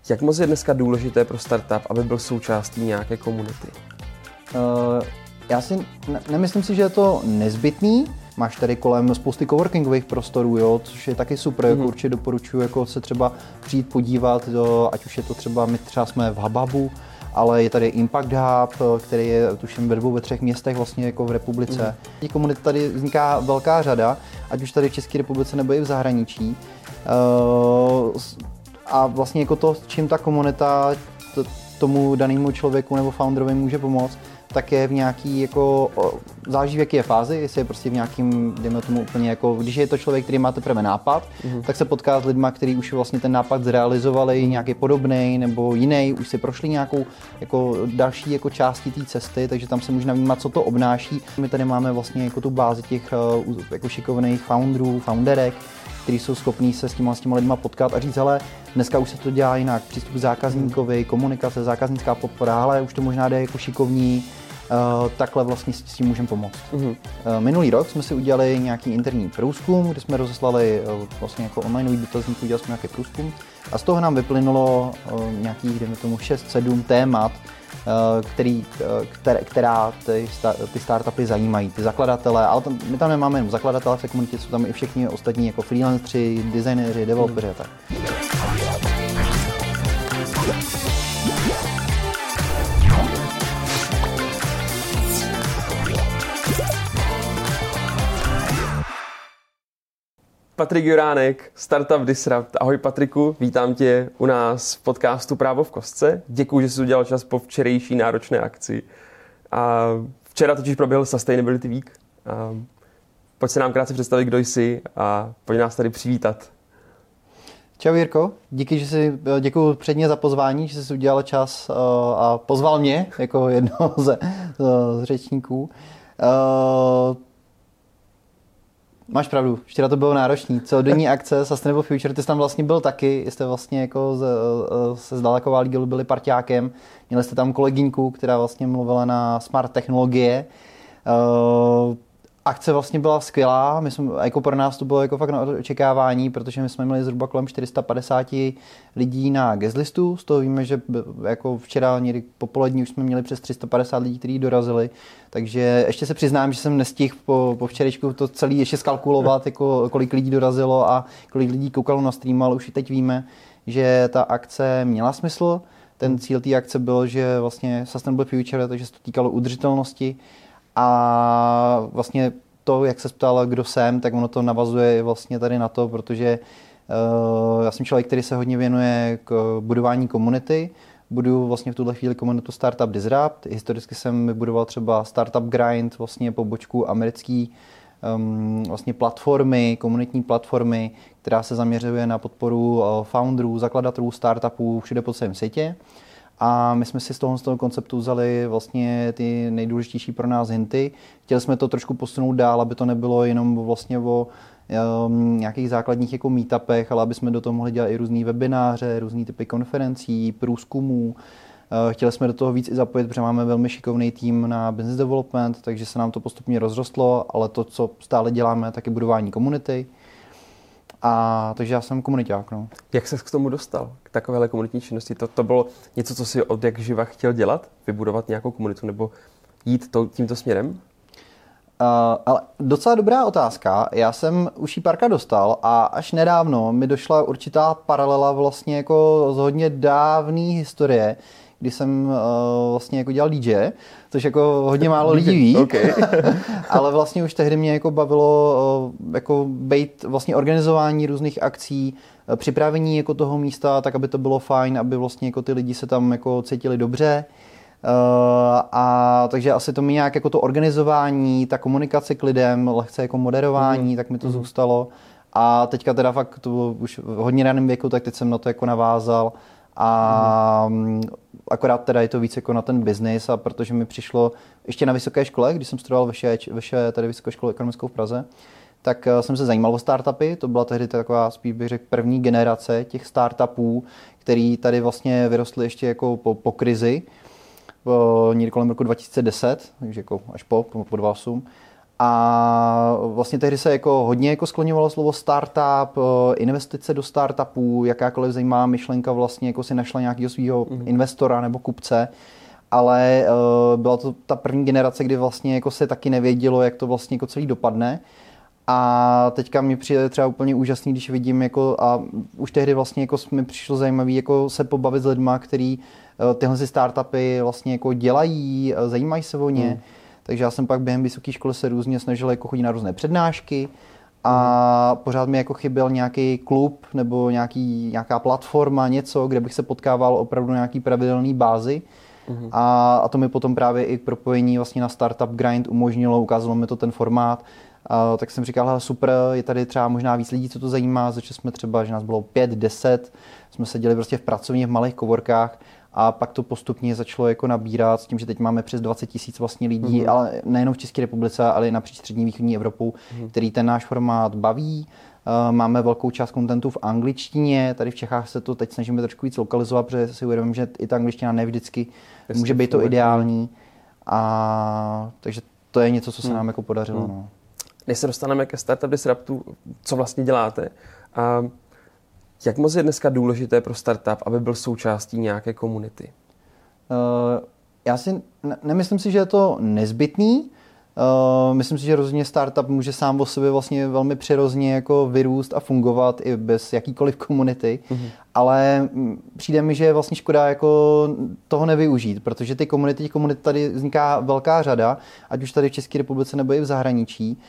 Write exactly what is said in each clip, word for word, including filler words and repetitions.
Jak moc je dneska důležité pro startup, aby byl součástí nějaké komunity? Uh, já si ne- nemyslím si, že je to nezbytný. Máš tady kolem spousty coworkingových prostorů, jo, což je taky super, mm-hmm. jako určitě doporučuji jako se třeba přijít podívat, jo, ať už je to třeba, my třeba jsme v Hububu, ale je tady Impact Hub, který je tuším ve dvou, ve třech městech vlastně jako v republice. Mm-hmm. Těch komunit tady vzniká velká řada, ať už tady v České republice nebo i v zahraničí. Uh, a vlastně jako to, čím ta komunita t- tomu danému člověku nebo founderovi může pomoct, tak je v nějaký jako, záleží v jaké je fázi, jestli je prostě v nějakým, dejme tomu úplně jako, když je to člověk, který má teprve nápad, mm-hmm. tak se potká s lidma, kteří už vlastně ten nápad zrealizovali, nějaký podobný nebo jiný, už si prošli nějakou jako další jako části té cesty, takže tam se může navnímat, co to obnáší. My tady máme vlastně jako tu bázi těch jako šikovných founderů, founderek, kteří jsou schopní se s těma, s těma lidma potkat a říct, hele, dneska už se to dělá jinak, přístup k zákazníkovi, komunikace, zákaznická podpora, ale už to možná jde jako šikovní, uh, takhle vlastně s tím můžeme pomoct. Uh-huh. Uh, minulý rok jsme si udělali nějaký interní průzkum, kde jsme rozeslali uh, vlastně jako onlineový dotazník, udělali jsme nějaký průzkum a z toho nám vyplynulo uh, nějakých, dejme tomu, šest sedm témat, Který, které, která ty, ty startupy zajímají, ty zakladatele, ale tam, my tam nemáme jenom zakladatele v té komunitě, jsou tam i všichni ostatní jako freelanceri, designéři, developeři a tak. Patrik Juránek, Startup Disrupt. Ahoj Patriku, vítám tě u nás v podcastu Právo v kostce. Děkuji, že jsi udělal čas po včerejší náročné akci. A včera totiž proběhl Sustainability Week. A pojď se nám krátce představit, kdo jsi a pojď nás tady přivítat. Čau Jirko, díky, že jsi, děkuji předně za pozvání, že jsi udělal čas a pozval mě jako jednoho ze, z řečníků. Máš pravdu, včera to bylo náročný. Celodenní akce Sustainable Future, ty jsi tam vlastně byl taky, jste vlastně jako se zdaleková lígy byli parťákem. Měli jste tam kolegyňku, která vlastně mluvila na smart technologie. Akce vlastně byla skvělá, my jsme, jako pro nás to bylo jako fakt na očekávání, protože my jsme měli zhruba kolem čtyři sta padesát lidí na guest listu, z toho víme, že jako včera někdy popolední už jsme měli přes tři sta padesát lidí, kteří dorazili, takže ještě se přiznám, že jsem nestihl po, po včerejšku to celý ještě skalkulovat, jako kolik lidí dorazilo a kolik lidí koukalo na stream, ale už i teď víme, že ta akce měla smysl. Ten cíl té akce byl, že vlastně Sustainable Future, takže se to týkalo udržitelnosti. A vlastně to, jak se ptal, kdo jsem, tak ono to navazuje vlastně tady na to, protože uh, já jsem člověk, který se hodně věnuje k budování komunity. Buduju vlastně v tuhle chvíli komunitu Startup Disrupt. Historicky jsem vybudoval třeba Startup Grind, vlastně pobočku americký um, vlastně platformy, komunitní platformy, která se zaměřuje na podporu uh, founderů, zakladatelů startupů všude po celém světě. A my jsme si z toho, z toho konceptu vzali vlastně ty nejdůležitější pro nás hinty. Chtěli jsme to trošku posunout dál, aby to nebylo jenom vlastně o um, nějakých základních jako meetupech, ale aby jsme do toho mohli dělat i různý webináře, různý typy konferencí, průzkumů. Uh, chtěli jsme do toho víc i zapojit, protože máme velmi šikovný tým na business development, takže se nám to postupně rozrostlo, ale to, co stále děláme, tak je budování komunity. A takže já jsem komuniťák. No. Jak ses k tomu dostal, k takovéhle komunitní činnosti? To, to bylo něco, co jsi od jak živa chtěl dělat? Vybudovat nějakou komunitu nebo jít to, tímto směrem? Uh, ale docela dobrá otázka. Já jsem už jí párka dostal a až nedávno mi došla určitá paralela vlastně jako z hodně dávné historie, kdy jsem uh, vlastně jako dělal D J, což jako hodně málo lidí ví, okay. Ale vlastně už tehdy mě jako bavilo uh, jako být vlastně organizování různých akcí, uh, připravení jako toho místa, tak aby to bylo fajn, aby vlastně jako ty lidi se tam jako cítili dobře. Uh, a takže asi to mi nějak jako to organizování, ta komunikace k lidem, lehce jako moderování, mm. tak mi to mm. zůstalo. A teďka teda fakt to už v hodně raném věku, tak teď jsem na to jako navázal. A mm. akorát teda je to víc jako na ten biznis, a protože mi přišlo ještě na vysoké škole, když jsem studoval ve ŠE, ve ŠE tady Vysokou školu ekonomickou v Praze, tak jsem se zajímal o startupy. To byla tehdy taková, spíš bych řekl, první generace těch startupů, který tady vlastně vyrostly ještě jako po, po krizi, někdy kolem roku dva tisíce deset, takže jako až po, po, po dva tisíce osm. A vlastně tehdy se jako hodně jako skloňovalo slovo startup, investice do startupů, jakákoliv zajímavá myšlenka vlastně jako si našla nějakého svého mm. investora nebo kupce. Ale uh, byla to ta první generace, kdy vlastně jako se taky nevědělo, jak to vlastně jako celý dopadne. A teďka mi přijde třeba úplně úžasný, když vidím jako a už tehdy vlastně jako mi přišlo zajímavý jako se pobavit s lidma, který uh, tyhle si startupy vlastně jako dělají, uh, zajímají se o ně. Hmm. Takže já jsem pak během vysoké školy se různě snažil jako chodit na různé přednášky a hmm. pořád mi jako chyběl nějaký klub nebo nějaký, nějaká platforma, něco, kde bych se potkával opravdu na nějaký pravidelný bázi. Uhum. A, a to mi potom právě i propojení vlastně na Startup Grind umožnilo, ukázalo mi to ten formát. A, tak jsem říkal, super, je tady třeba možná víc lidí, co to zajímá. Začali jsme třeba, že nás bylo pět, deset, jsme seděli prostě v pracovně v malých coworkách a pak to postupně začalo jako nabírat s tím, že teď máme přes dvacet tisíc vlastně lidí, uhum. ale nejenom v České republice, ale i napříč střední východní Evropou, uhum. který ten náš formát baví. Máme velkou část kontentu v angličtině, tady v Čechách se to teď snažíme trošku víc lokalizovat, protože si uvědomím, že i ta angličtina ne vždycky Jestli může být to ideální. A takže to je něco, co se hmm. nám jako podařilo. Hmm. No. Než se dostaneme ke Startup Disruptu, co vlastně děláte? A jak moc je dneska důležité pro startup, aby byl součástí nějaké komunity? Uh, já si ne- nemyslím si, že je to nezbytný. Uh, myslím si, že rozhodně startup může sám o sobě vlastně velmi přirozeně jako vyrůst a fungovat i bez jakýkoliv komunity, mm-hmm. ale přijde mi, že je vlastně škoda jako toho nevyužít, protože ty komunity, komunit tady vzniká velká řada, ať už tady v České republice nebo i v zahraničí.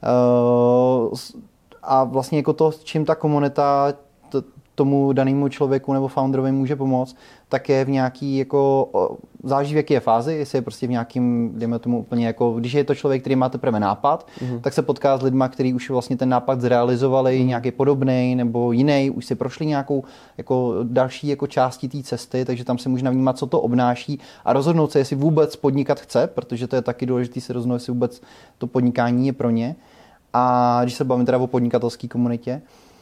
Uh, a vlastně jako to, čím ta komunita t- tomu danému člověku nebo founderovi může pomoct, tak je v nějaký jako, záleží v jaké je fázi, jestli je prostě v nějakým, dejme tomu úplně jako, když je to člověk, který má teprve nápad, mm-hmm. tak se potká s lidma, kteří už vlastně ten nápad zrealizovali, mm-hmm. nějaký podobný nebo jiný, už si prošli nějakou jako další jako části té cesty, takže tam se může navnímat, co to obnáší a rozhodnout se, jestli vůbec podnikat chce, protože to je taky důležité se rozhodnout, jestli vůbec to podnikání je pro ně. A když se bavím teda o podnikatelské komunitě,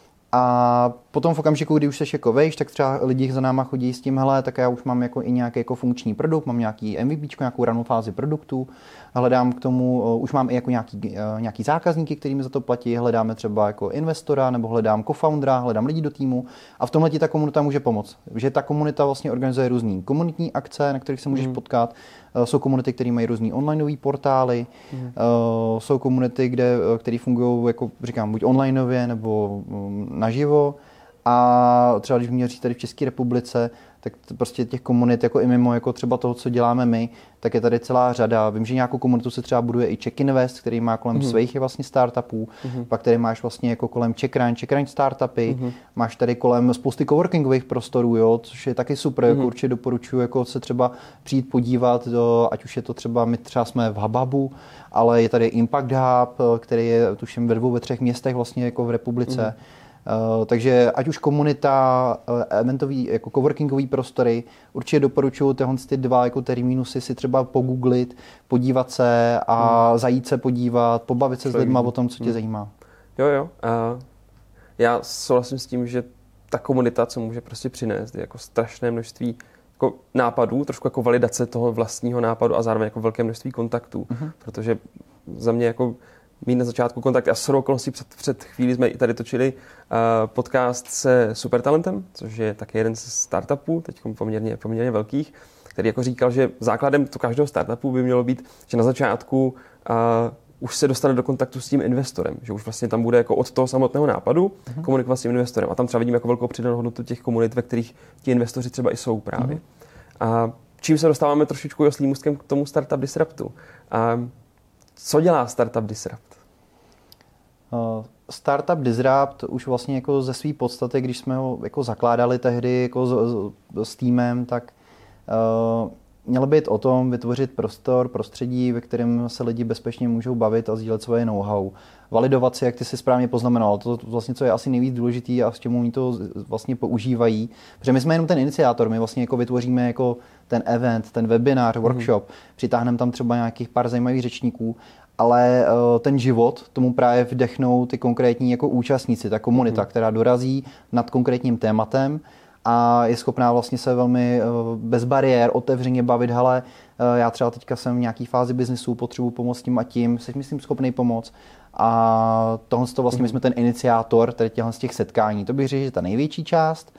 a potom v okamžiku, kdy už seš jako vejš, tak třeba lidi za náma chodí s tím, hele, tak já už mám jako i nějaký jako funkční produkt, mám nějaký MVPčko, nějakou ranou fázi produktu, hledám k tomu, už mám i jako nějaký, nějaký zákazníky, který mi za to platí, hledáme třeba jako investora, nebo hledám co-foundera, hledám lidi do týmu a v tomhle ti ta komunita může pomoct. Že ta komunita vlastně organizuje různý komunitní akce, na kterých se můžeš mm. potkat. Jsou komunity, které mají různý onlineové portály, mm. jsou komunity, kde, které fungují, jako říkám, buď onlineově nebo naživo. A třeba když mě říct tady v České republice, tak prostě těch komunit jako i mimo jako třeba toho, co děláme my, tak je tady celá řada. Vím, že nějakou komunitu se třeba buduje i Czech Invest, který má kolem mm. svých je vlastně startupů, mm. pak tady máš vlastně jako kolem Czech Crunch, Czech Crunch startupy, mm. máš tady kolem spousty coworkingových prostorů, jo, což je taky super, mm. jako určitě doporučuji jako se třeba přijít podívat, do, ať už je to třeba, my třeba jsme v Hubabu, ale je tady Impact Hub, který je tuším ve dvou, ve třech městech vlastně jako v republice. Mm. Uh, takže ať už komunita, uh, eventový, jako coworkingový prostory, určitě doporučuji tyhle ty dva jako termínusy si třeba pogooglit, podívat se a hmm. zajít se podívat, pobavit se s lidma o tom, co tě hmm. zajímá. Jo, jo. Uh, já souhlasím s tím, že ta komunita, co může prostě přinést, je jako strašné množství jako nápadů, trošku jako validace toho vlastního nápadu a zároveň jako velké množství kontaktů, uh-huh. protože za mě jako mít na začátku kontakt a shodou okolností před, před chvíli jsme i tady točili uh, podcast se Supertalentem, což je taky jeden ze startupů, teď poměrně, poměrně velkých, který jako říkal, že základem to každého startupu by mělo být, že na začátku uh, už se dostane do kontaktu s tím investorem, že už vlastně tam bude jako od toho samotného nápadu uh-huh. komunikovat s tím investorem. A tam třeba vidím jako velkou přidanou hodnotu těch komunit, ve kterých ti investoři třeba i jsou právě. Uh-huh. A čím se dostáváme trošičku joslým můstkem k tomu Startup Disruptu. A co dělá Startup Disrupt? Uh, Startup Disrupt už vlastně jako ze své podstaty, když jsme ho jako zakládali tehdy jako s, s, s týmem, tak uh, mělo být o tom vytvořit prostor, prostředí, ve kterém se lidi bezpečně můžou bavit a sdílet svoje know-how. Validovat si, jak ty si správně poznamenal, to vlastně, co je asi nejvíc důležitý a s čemu oni to vlastně používají. Protože my jsme jenom ten iniciátor, my vlastně jako vytvoříme jako ten event, ten webinář, workshop, mm. přitáhneme tam třeba nějakých pár zajímavých řečníků, ale uh, ten život tomu právě vdechnou ty konkrétní jako účastníci, ta komunita, mm. která dorazí nad konkrétním tématem a je schopná vlastně se velmi bez bariér otevřeně bavit, hele, já třeba teďka jsem v nějaký fázi biznesu, potřebuji pomoct tím a tím, jsi myslím schopný pomoct. A tohle to vlastně my jsme ten iniciátor tady těchto z těch setkání. To bych řekl, že ta největší část,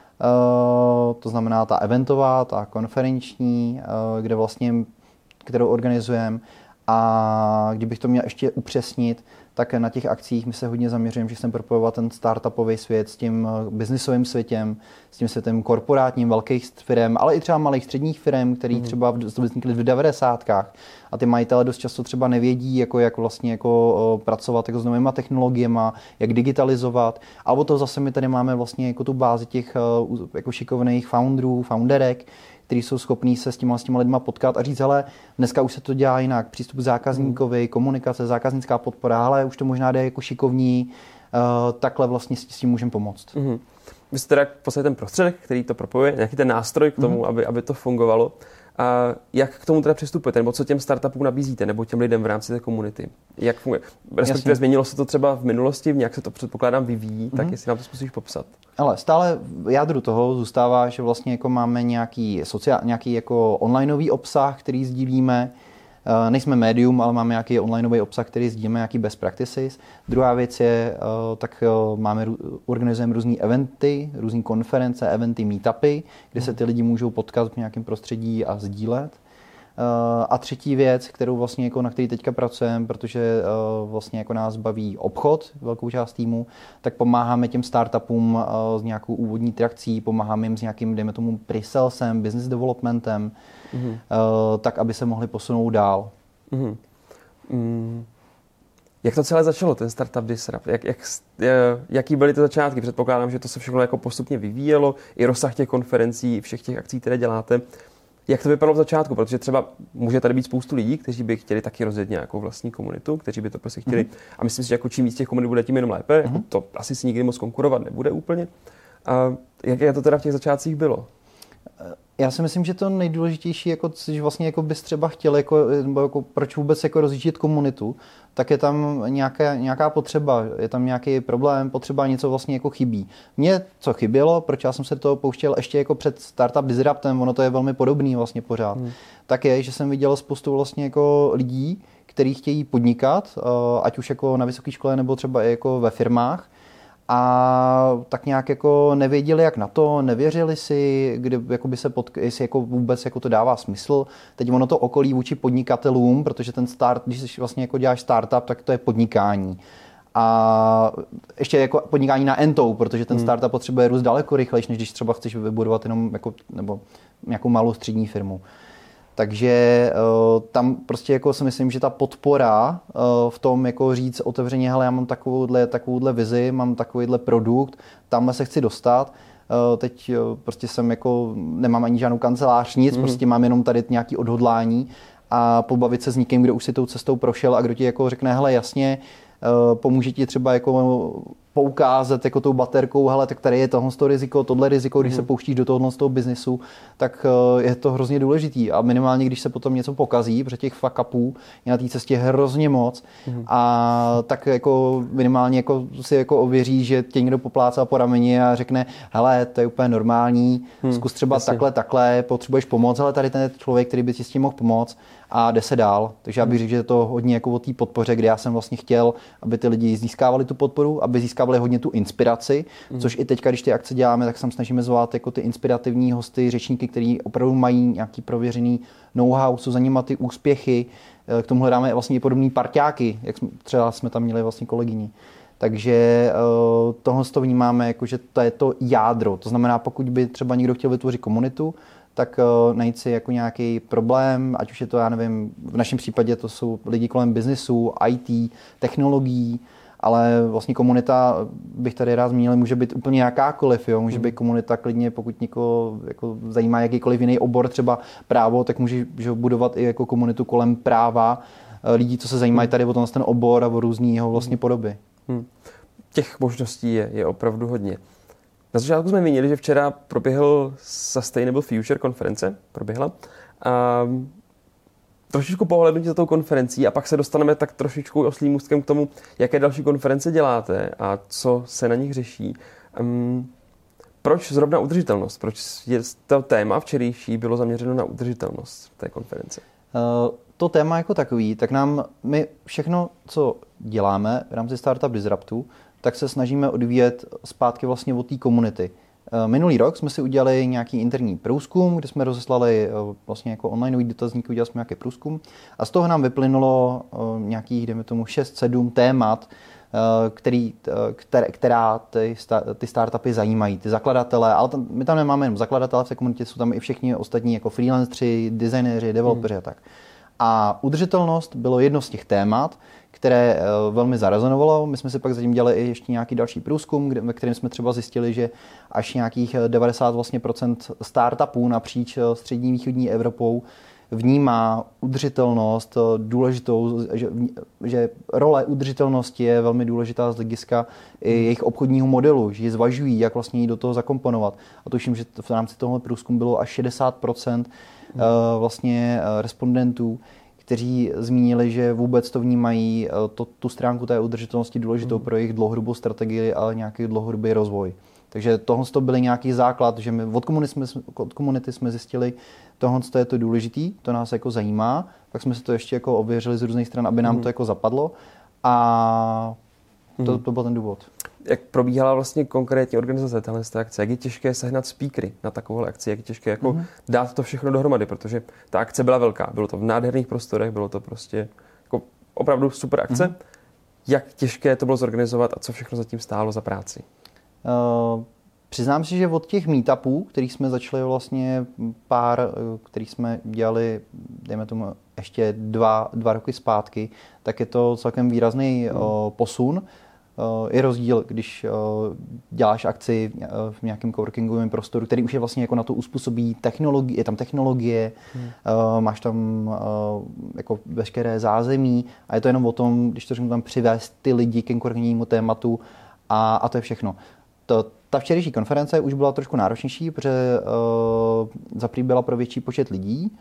to znamená ta eventová, ta konferenční, kde vlastně, kterou organizujeme. A kdybych to měl ještě upřesnit, tak na těch akcích my se hodně zaměřujeme, že chceme propojovat ten startupový svět s tím biznisovým světem, s tím světem korporátním, velkých firm, ale i třeba malých středních firm, který třeba vznikly v devadesátkách. A ty majitele dost často třeba nevědí, jako, jak vlastně jako pracovat jako s novýma technologiemi, jak digitalizovat. A o to zase my tady máme vlastně jako tu bázi těch jako šikovných founderů, founderek, kteří jsou schopní se s těma, s těma lidma potkat a říct, hele, dneska už se to dělá jinak, přístup k zákazníkovi, komunikace, zákaznická podpora, ale už to možná jde jako šikovní, uh, takhle vlastně s tím můžeme pomoct. Mm-hmm. Vy jste teda v podstatě ten prostředek, který to propojuje, nějaký ten nástroj k tomu, mm-hmm. aby, aby to fungovalo. A jak k tomu teda přistupujete, nebo co těm startupům nabízíte, nebo těm lidem v rámci té komunity? Jak funguje? Respektive změnilo se to třeba v minulosti, nějak se to předpokládám vyvíjí, mm-hmm. tak jestli nám to zkusíš popsat. Ale stále v jádru toho zůstává, že vlastně jako máme nějaký, sociál, nějaký jako onlineový obsah, který sdílíme. Uh, nejsme médium, ale máme nějaký onlineový obsah, který sdílíme, nějaký best practices. Druhá věc je, uh, tak uh, máme, organizujeme různý eventy, různý konference, eventy, meetupy, kde se ty lidi můžou potkat v nějakém prostředí a sdílet. Uh, a třetí věc, kterou vlastně jako na který teďka pracujeme, protože uh, vlastně jako nás baví obchod, velkou část týmu, tak pomáháme těm startupům uh, s nějakou úvodní trakcí, pomáháme jim s nějakým, dejme tomu, pre-salesem, business developmentem, mm-hmm. uh, tak, aby se mohli posunout dál. Mm-hmm. Mm. Jak to celé začalo, ten Startup Disrupt? Jak, jak, jaký byly ty začátky? Předpokládám, že to se všechno jako postupně vyvíjelo, i rozsah těch konferencí, všech těch akcí, které děláte. Jak to vypadalo v začátku? Protože třeba může tady být spoustu lidí, kteří by chtěli taky rozjet nějakou vlastní komunitu, kteří by to prostě chtěli. Mm-hmm. A myslím si, že jako čím víc těch komunit bude, tím jenom lépe. Mm-hmm. Jako to asi si nikdy moc konkurovat nebude úplně. A jak to teda v těch začátcích bylo? Já si myslím, že to nejdůležitější, jako, že vlastně jako bys třeba chtěl, jako, nebo jako, proč vůbec jako rozjíždět komunitu, tak je tam nějaká, nějaká potřeba, je tam nějaký problém, potřeba, něco vlastně jako chybí. Mně co chybělo, proč já jsem se do toho pouštěl ještě jako před Startup Disruptem, ono to je velmi podobný vlastně pořád, hmm. tak je, že jsem viděl spoustu vlastně jako lidí, kteří chtějí podnikat, ať už jako na vysoké škole nebo třeba i jako ve firmách, a tak nějak jako nevěděli, jak na to, nevěřili si, kdy jako by se potk- jestli jako vůbec jako to dává smysl. Teď ono to okolí vůči podnikatelům, protože ten start, když vlastně jako děláš startup, tak to je podnikání. A ještě jako podnikání na entou, protože ten hmm. startup potřebuje růst daleko rychlejší, než když třeba chceš vybudovat jenom jako, nebo nějakou malou střední firmu. Takže uh, tam prostě jako si myslím, že ta podpora uh, v tom jako říct otevřeně, hele, já mám takovouhle, takovouhle vizi, mám takovýhle produkt, tamhle se chci dostat. Uh, teď uh, prostě jsem jako, nemám ani žádnou kancelář, nic, mm. prostě mám jenom tady nějaký odhodlání a pobavit se s někým, kdo už si tou cestou prošel a kdo ti jako řekne, hele, jasně, uh, pomůže ti třeba jako poukázat jako tou baterkou, hele, tak tady je tohle riziko, tohle riziko, když mm. se pouštíš do tohle z toho biznesu, tak uh, je to hrozně důležitý. A minimálně, když se potom něco pokazí, protože těch fuck upů je na té cestě hrozně moc, mm. a tak jako minimálně jako si jako ověří, že tě někdo poplácá po rameni a řekne, hele, to je úplně normální, mm. zkus třeba Jasně. takhle, takhle, potřebuješ pomoc, ale tady ten člověk, který by ti s tím mohl pomoct, a jde se dál. Takže já bych řekl, že je to hodně jako o té podpoře, kde já jsem vlastně chtěl, aby ty lidi získávali tu podporu, aby získávali hodně tu inspiraci, mm. což i teďka, když ty akce děláme, tak se snažíme zvolat jako ty inspirativní hosty, řečníky, kteří opravdu mají nějaký prověřený know-how, jsou za nimi ty úspěchy. K tomu hledáme vlastně i podobný parťáky, jak jsme, třeba jsme tam měli vlastně kolegyni. Takže uh, tohle to vnímáme, jako, že to je to jádro. To znamená, pokud by třeba někdo chtěl vytvořit komunitu, tak uh, najít si jako nějaký problém, ať už je to, já nevím, v našem případě to jsou lidi kolem biznesu, í té, technologií, ale vlastně komunita, bych tady rád zmínil, může být úplně jakákoliv, jo? Může být komunita klidně, pokud někoho jako zajímá jakýkoliv jiný obor, třeba právo, tak může že, budovat i jako komunitu kolem práva, lidí, co se zajímají tady o ten, ten obor a o různý jeho vlastně podoby. Hmm. Těch možností je, je opravdu hodně. Na začátku jsme měli, že včera proběhl Sustainable Future konference, proběhla. A trošičku pohlednutí za tou konferencí a pak se dostaneme tak trošičku oslým můstkem k tomu, jaké další konference děláte a co se na nich řeší. Um, Proč zrovna udržitelnost? Proč je to téma včerejší bylo zaměřeno na udržitelnost té konference? Uh, to téma jako takový, tak nám my všechno, co děláme v rámci Startup Disruptu, tak se snažíme odvíjet zpátky vlastně od té komunity. Minulý rok jsme si udělali nějaký interní průzkum, kde jsme rozeslali vlastně jako onlineový dotazník, udělali jsme nějaký průzkum a z toho nám vyplynulo nějakých, dejme tomu, šest sedm témat, který, které, která ty, ty startupy zajímají, ty zakladatele, ale tam, my tam nemáme jenom zakladatele v té komunitě, jsou tam i všichni ostatní jako freelanceri, designéři, developeři a tak. A udržitelnost bylo jedno z těch témat, které velmi zarezonovalo. My jsme si pak zatím dělali i ještě nějaký další průzkum, ve kterém jsme třeba zjistili, že až nějakých devadesát vlastně procent startupů napříč střední východní Evropou vnímá udržitelnost důležitou, že, že role udržitelnosti je velmi důležitá z hlediska i jejich obchodního modelu, že ji zvažují, jak vlastně ji do toho zakomponovat. A tuším, že v rámci tohle průzkumu bylo až šedesát procent vlastně respondentů, kteří zmínili, že vůbec to vnímají to, tu stránku té udržitelnosti důležitou mm. pro jejich dlouhodobou strategii a nějaký dlouhodobý rozvoj. Takže tohle to byl nějaký základ, že my od komunity jsme, od komunity jsme zjistili, tohle je to důležitý, to nás jako zajímá, tak jsme si to ještě jako ověřili z různých stran, aby nám mm. to jako zapadlo a to, mm. to byl ten důvod. Jak probíhala vlastně konkrétně organizace téhle akce? Jak je těžké sehnat speakery na takovou akci? Jak je těžké jako mm-hmm. dát to všechno dohromady? Protože ta akce byla velká. Bylo to v nádherných prostorech, bylo to prostě jako opravdu super akce. Mm-hmm. Jak těžké to bylo zorganizovat a co všechno zatím stálo za práci? Uh, přiznám si, že od těch meetupů, kterých jsme začali vlastně pár, kterých jsme dělali, dejme tomu ještě dva, dva roky zpátky, tak je to celkem výrazný mm. uh, posun. Je rozdíl, když děláš akci v nějakém coworkingovém prostoru, který už je vlastně jako na to uspůsobí technologie, je tam technologie, hmm. máš tam jako veškeré zázemí a je to jenom o tom, když to řeknu, tam přivést ty lidi ke coworkingovému tématu a, a to je všechno. To, ta včerejší konference už byla trošku náročnější, protože uh, zaprý byla pro větší počet lidí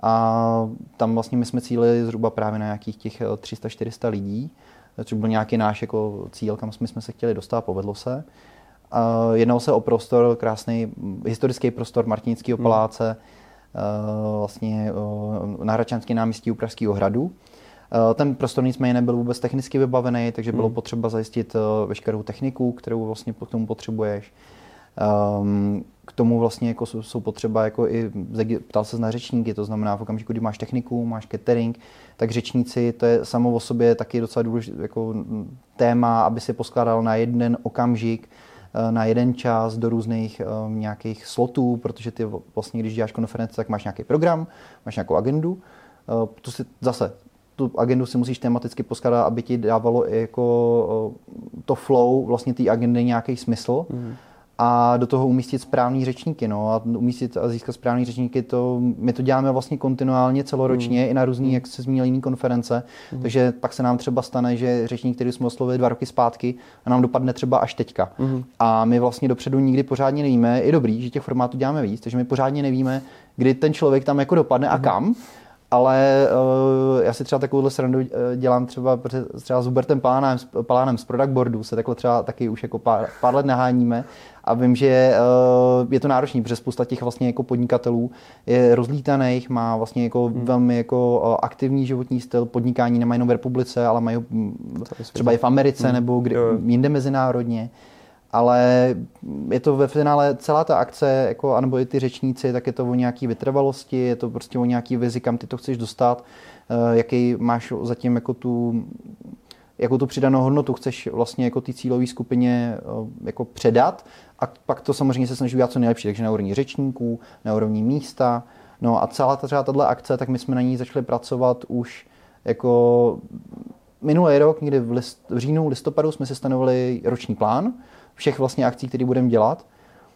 a tam vlastně my jsme cílili zhruba právě na nějakých těch tři sta čtyři sta lidí, což byl nějaký náš jako cíl, kam jsme se chtěli dostat, povedlo se. Uh, jednalo se o prostor, krásný historický prostor Martinického hmm. paláce, uh, vlastně uh, na Hradčanském náměstí u Pražského hradu. Uh, ten prostor nicméně nebyl vůbec technicky vybavený, takže bylo hmm. potřeba zajistit uh, veškerou techniku, kterou vlastně k tomu potřebuješ. Um, k tomu vlastně jako jsou, jsou potřeba jako i, ptal se na řečníky, to znamená v okamžiku, kdy máš techniku, máš catering, tak řečníci, to je samo o sobě taky docela důležité jako téma, aby si poskládal na jeden okamžik, na jeden čas do různých um, nějakých slotů, protože ty vlastně, když děláš konference, tak máš nějaký program, máš nějakou agendu, uh, to si zase tu agendu si musíš tematicky poskládat, aby ti dávalo i jako uh, to flow vlastně té agendy nějaký smysl. Mm. A do toho umístit správný řečníky, no a umístit a získat správný řečníky, to, my to děláme vlastně kontinuálně celoročně mm. i na různý, mm. jak se zmínil, jiný konference, mm. takže pak se nám třeba stane, že řečník, který jsme oslovili dva roky zpátky, a nám dopadne třeba až teďka. Mm. A my vlastně dopředu nikdy pořádně nevíme, je dobrý, že těch formátů děláme víc, takže my pořádně nevíme, kdy ten člověk tam jako dopadne mm. a kam. Ale uh, já si třeba takovouhle srandu uh, dělám třeba, třeba s Hubertem Palánem, Palánem z Product Boardu, se takhle třeba taky už jako pár, pár let naháníme a vím, že uh, je to náročný, protože spousta těch vlastně jako podnikatelů je rozlítaných, má vlastně jako hmm. velmi jako uh, aktivní životní styl, podnikání nemají jenom v republice, ale mají třeba i v Americe hmm. nebo kde, jinde mezinárodně. Ale je to ve finále celá ta akce, jako, anebo i ty řečníci, tak je to o nějaký vytrvalosti, je to prostě o nějaký vizi, kam ty to chceš dostat, uh, jaký máš zatím jako tu, jako tu přidanou hodnotu chceš vlastně jako ty cílové skupině uh, jako předat a pak to samozřejmě se snaží dělat co nejlepší, takže na úrovni řečníků, na úrovni místa, no a celá ta třeba tato akce, tak my jsme na ní začali pracovat už jako minulý rok, někdy v, list, v říjnu, listopadu jsme si stanovili roční plán všech vlastně akcí, které budeme dělat.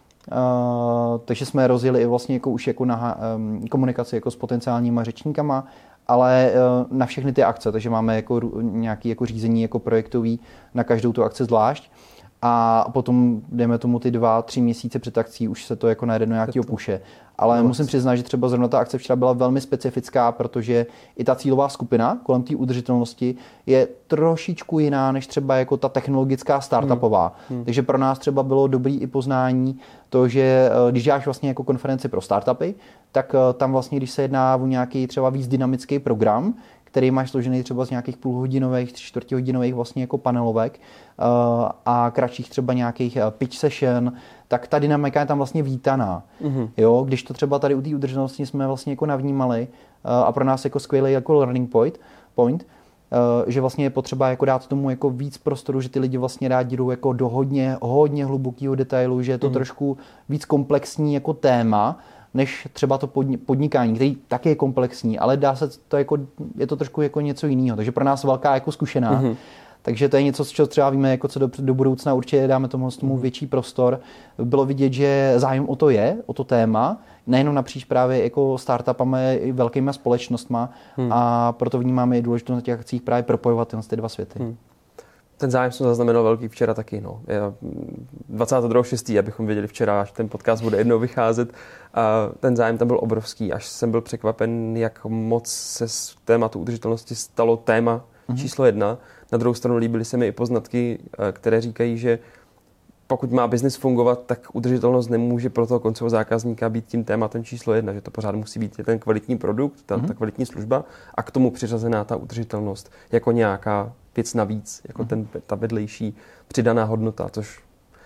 Uh, takže jsme rozjeli i vlastně jako už jako na um, komunikaci jako s potenciálníma řečníkama, ale uh, na všechny ty akce, takže máme jako nějaké jako řízení jako projektový na každou tu akci zvlášť. a potom, dejme tomu ty dva, tři měsíce před akcí, už se to jako najde do nějakého puše. Ale no, musím přiznat, že třeba zrovna ta akce včera byla velmi specifická, protože i ta cílová skupina kolem té udržitelnosti je trošičku jiná než třeba jako ta technologická startupová. Hmm. Hmm. Takže pro nás třeba bylo dobrý i poznání to, že když děláš vlastně jako konferenci pro startupy, tak tam vlastně, když se jedná o nějaký třeba víc dynamický program, který máš složený třeba z nějakých půlhodinových, čtvrtihodinových vlastně jako panelovek uh, a kratších třeba nějakých pitch session, tak ta dynamika je tam vlastně vítaná. Mm-hmm. Jo, když to třeba tady u té udržitelnosti jsme vlastně jako navnímali uh, a pro nás jako skvělý jako learning point, point uh, že vlastně je potřeba jako dát tomu jako víc prostoru, že ty lidi vlastně rádi jdou jako do hodně, hodně hlubokého detailu, že je to mm-hmm. trošku víc komplexní jako téma, než třeba to podnikání, který taky je komplexní, ale dá se to jako, je to trošku jako něco jiného. Takže pro nás velká jako zkušená. Mm-hmm. Takže to je něco, z čeho třeba víme, jako co do, do budoucna určitě dáme tomu, tomu větší prostor. Bylo vidět, že zájem o to je, o to téma, nejenom napříč právě jako startupama, i velkýma společnostma hmm. a proto vnímáme i důležitost na těch akcích právě propojovat ty dva světy. Hmm. Ten zájem jsem zaznamenal velký včera taky. No. dvacátého druhého šestého abychom věděli včera, až ten podcast bude jednou vycházet. A ten zájem tam byl obrovský, až jsem byl překvapen, jak moc se z tématu udržitelnosti stalo téma mm-hmm. číslo jedna. Na druhou stranu líbily se mi i poznatky, které říkají, že pokud má biznis fungovat, tak udržitelnost nemůže pro toho koncového zákazníka být tím tématem číslo jedna, že to pořád musí být ten kvalitní produkt, ta, mm-hmm. ta kvalitní služba a k tomu přiřazená ta udržitelnost jako nějaká věc navíc, jako mm-hmm. ten, ta vedlejší přidaná hodnota, což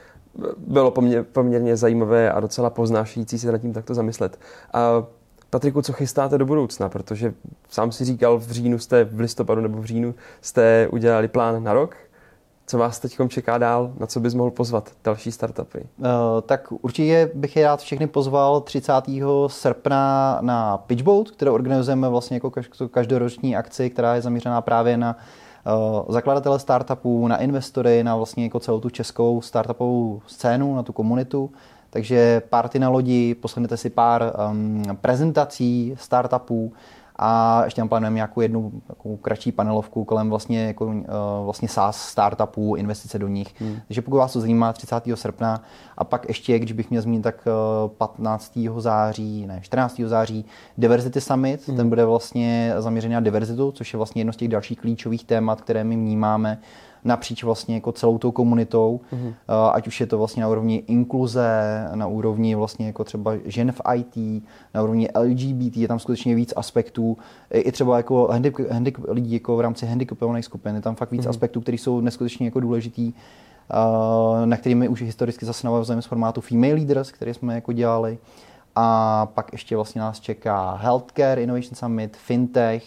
bylo poměr, poměrně zajímavé a docela poznášející se nad tím takto zamyslet. A Patriku, co chystáte do budoucna? Protože sám si říkal, v říjnu jste, v listopadu nebo v říjnu jste udělali plán na rok. Co vás teď čeká dál? Na co bys mohl pozvat další startupy? Uh, tak určitě bych je rád všechny pozval třicátého srpna na Pitchboat, kterou organizujeme vlastně jako každoroční akci, která je zaměřená právě na uh, zakladatele startupů, na investory, na vlastně jako celou tu českou startupovou scénu, na tu komunitu. Takže party na lodi, poslechnete si pár um, prezentací startupů a ještě tam plánujeme nějakou jednu takovou kratší panelovku kolem vlastně, jako, uh, vlastně SaaS startupů, investice do nich. Hmm. Takže pokud vás to zajímá, třicátého srpna a pak ještě, když bych měl zmínit, tak uh, patnáctého září, ne, čtrnáctého září Diversity Summit, hmm. ten bude vlastně zaměřený na diverzitu, což je vlastně jedno z těch dalších klíčových témat, které my vnímáme napříč vlastně jako celou tou komunitou, mm-hmm. ať už je to vlastně na úrovni inkluze, na úrovni vlastně jako třeba žen v í té, na úrovni L G B T, je tam skutečně víc aspektů, i třeba jako handicap, handicap, lidí jako v rámci handicapovaných skupin, je tam fakt víc mm-hmm. aspektů, které jsou neskutečně jako důležitý, na kterými už historicky zase navazujeme z formátu Female Leaders, který jsme jako dělali. A pak ještě vlastně nás čeká Healthcare Innovation Summit, Fintech,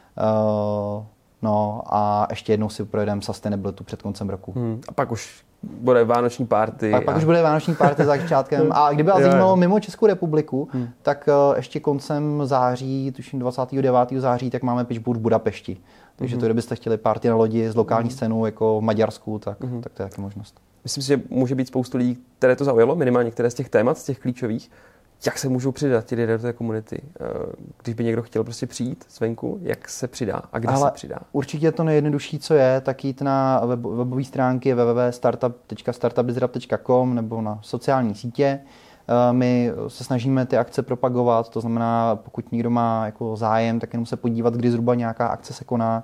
uh, no a ještě jednou si projedeme sustainability před koncem roku. Hmm. A pak už bude vánoční party. Pak, a... pak už bude vánoční party za začátkem. A kdyby vás zajímalo mimo Českou republiku, hmm. tak uh, ještě koncem září, tuším dvacátého devátého září, tak máme Pitchboat v Budapešti. Takže hmm. to, kdybyste chtěli party na lodi s lokální hmm. scénou jako v Maďarsku, tak, hmm. tak to je taky možnost. Myslím si, že může být spoustu lidí, které to zaujalo, minimálně některé z těch témat, z těch klíčových. Jak se můžou přidat ti lidé do té komunity? Když by někdo chtěl prostě přijít zvenku, jak se přidá a kde Ale se přidá? Určitě to nejjednodušší, co je, tak jít na web, webové stránky w w w tečka startup tečka startupbizrap tečka com nebo na sociální sítě. My se snažíme ty akce propagovat, to znamená, pokud někdo má jako zájem, tak jenom se podívat, kdy zhruba nějaká akce se koná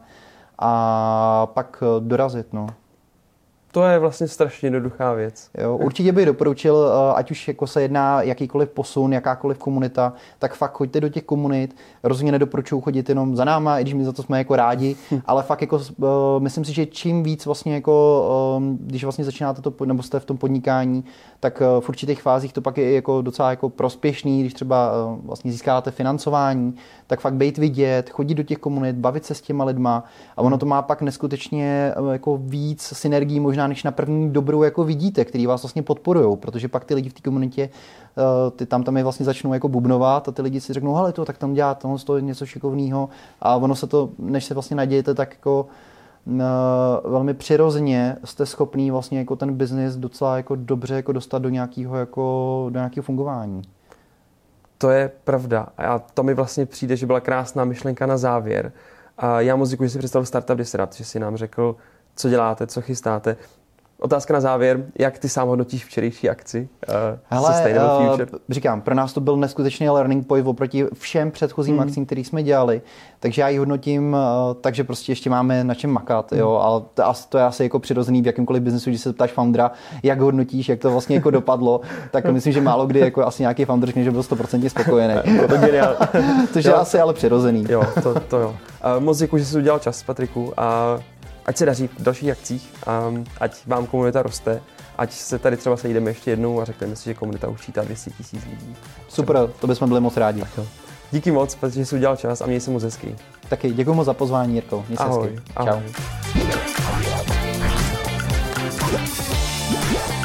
a pak dorazit. No. To je vlastně strašně jednoduchá věc. Jo, určitě bych doporučil, ať už jako se jedná jakýkoliv posun, jakákoliv komunita, tak fakt choďte do těch komunit. Rozhodně nedoporučuji chodit jenom za náma, i když my za to jsme jako rádi, hm. ale fakt jako myslím si, že čím víc vlastně jako, když vlastně začínáte to, nebo jste v tom podnikání, tak v určitých fázích to pak je jako docela jako prospěšný, když třeba vlastně získáte financování, tak fakt bejt vidět, chodit do těch komunit, bavit se s těma lidma a ono to má pak neskutečně jako víc synergií možná než na první dobrou jako vidíte, který vás vlastně podporujou, protože pak ty lidi v té komunitě ty tam tam je vlastně začnou jako bubnovat a ty lidi si řeknou, hele to, tak tam dělá tohle to je něco šikovného a ono se to, než se vlastně nadějete, tak jako uh, velmi přirozeně jste schopný vlastně jako ten biznis docela jako dobře jako dostat do nějakého jako do nějakého fungování. To je pravda a to mi vlastně přijde, že byla krásná myšlenka na závěr. A já moc děkuji, že jsi představil Startup Disrupt, že jsi nám řekl, co děláte, co chystáte. otázka na závěr, jak ty sám hodnotíš včerejší akci? Uh, Hele, uh, říkám, pro nás to byl neskutečný learning point oproti všem předchozím mm. akcím, který jsme dělali, takže já ji hodnotím uh, tak, že prostě ještě máme na čem makat, mm. jo, ale to, to je asi jako přirozený v jakýmkoliv biznesu, když se ptáš foundera, jak hodnotíš, jak to vlastně jako dopadlo, tak myslím, že málo kdy jako asi nějaký founder řekne, že byl sto procent spokojený. To geniál. Což je asi ale přirozený. Jo, to, to jo. Uh, moc děkuji, že jsi udělal čas, Patriku, a ať se daří v dalších akcích, um, ať vám komunita roste, ať se tady třeba sejdeme ještě jednou a řekneme si, že komunita už čítá dvě stě tisíc lidí. Super, to bychom byli moc rádi. Díky moc, protože jsi udělal čas a měj se moc hezky. Taky děkuji moc za pozvání, Jirko. Měj se ahoj, hezky. Ahoj. Čau.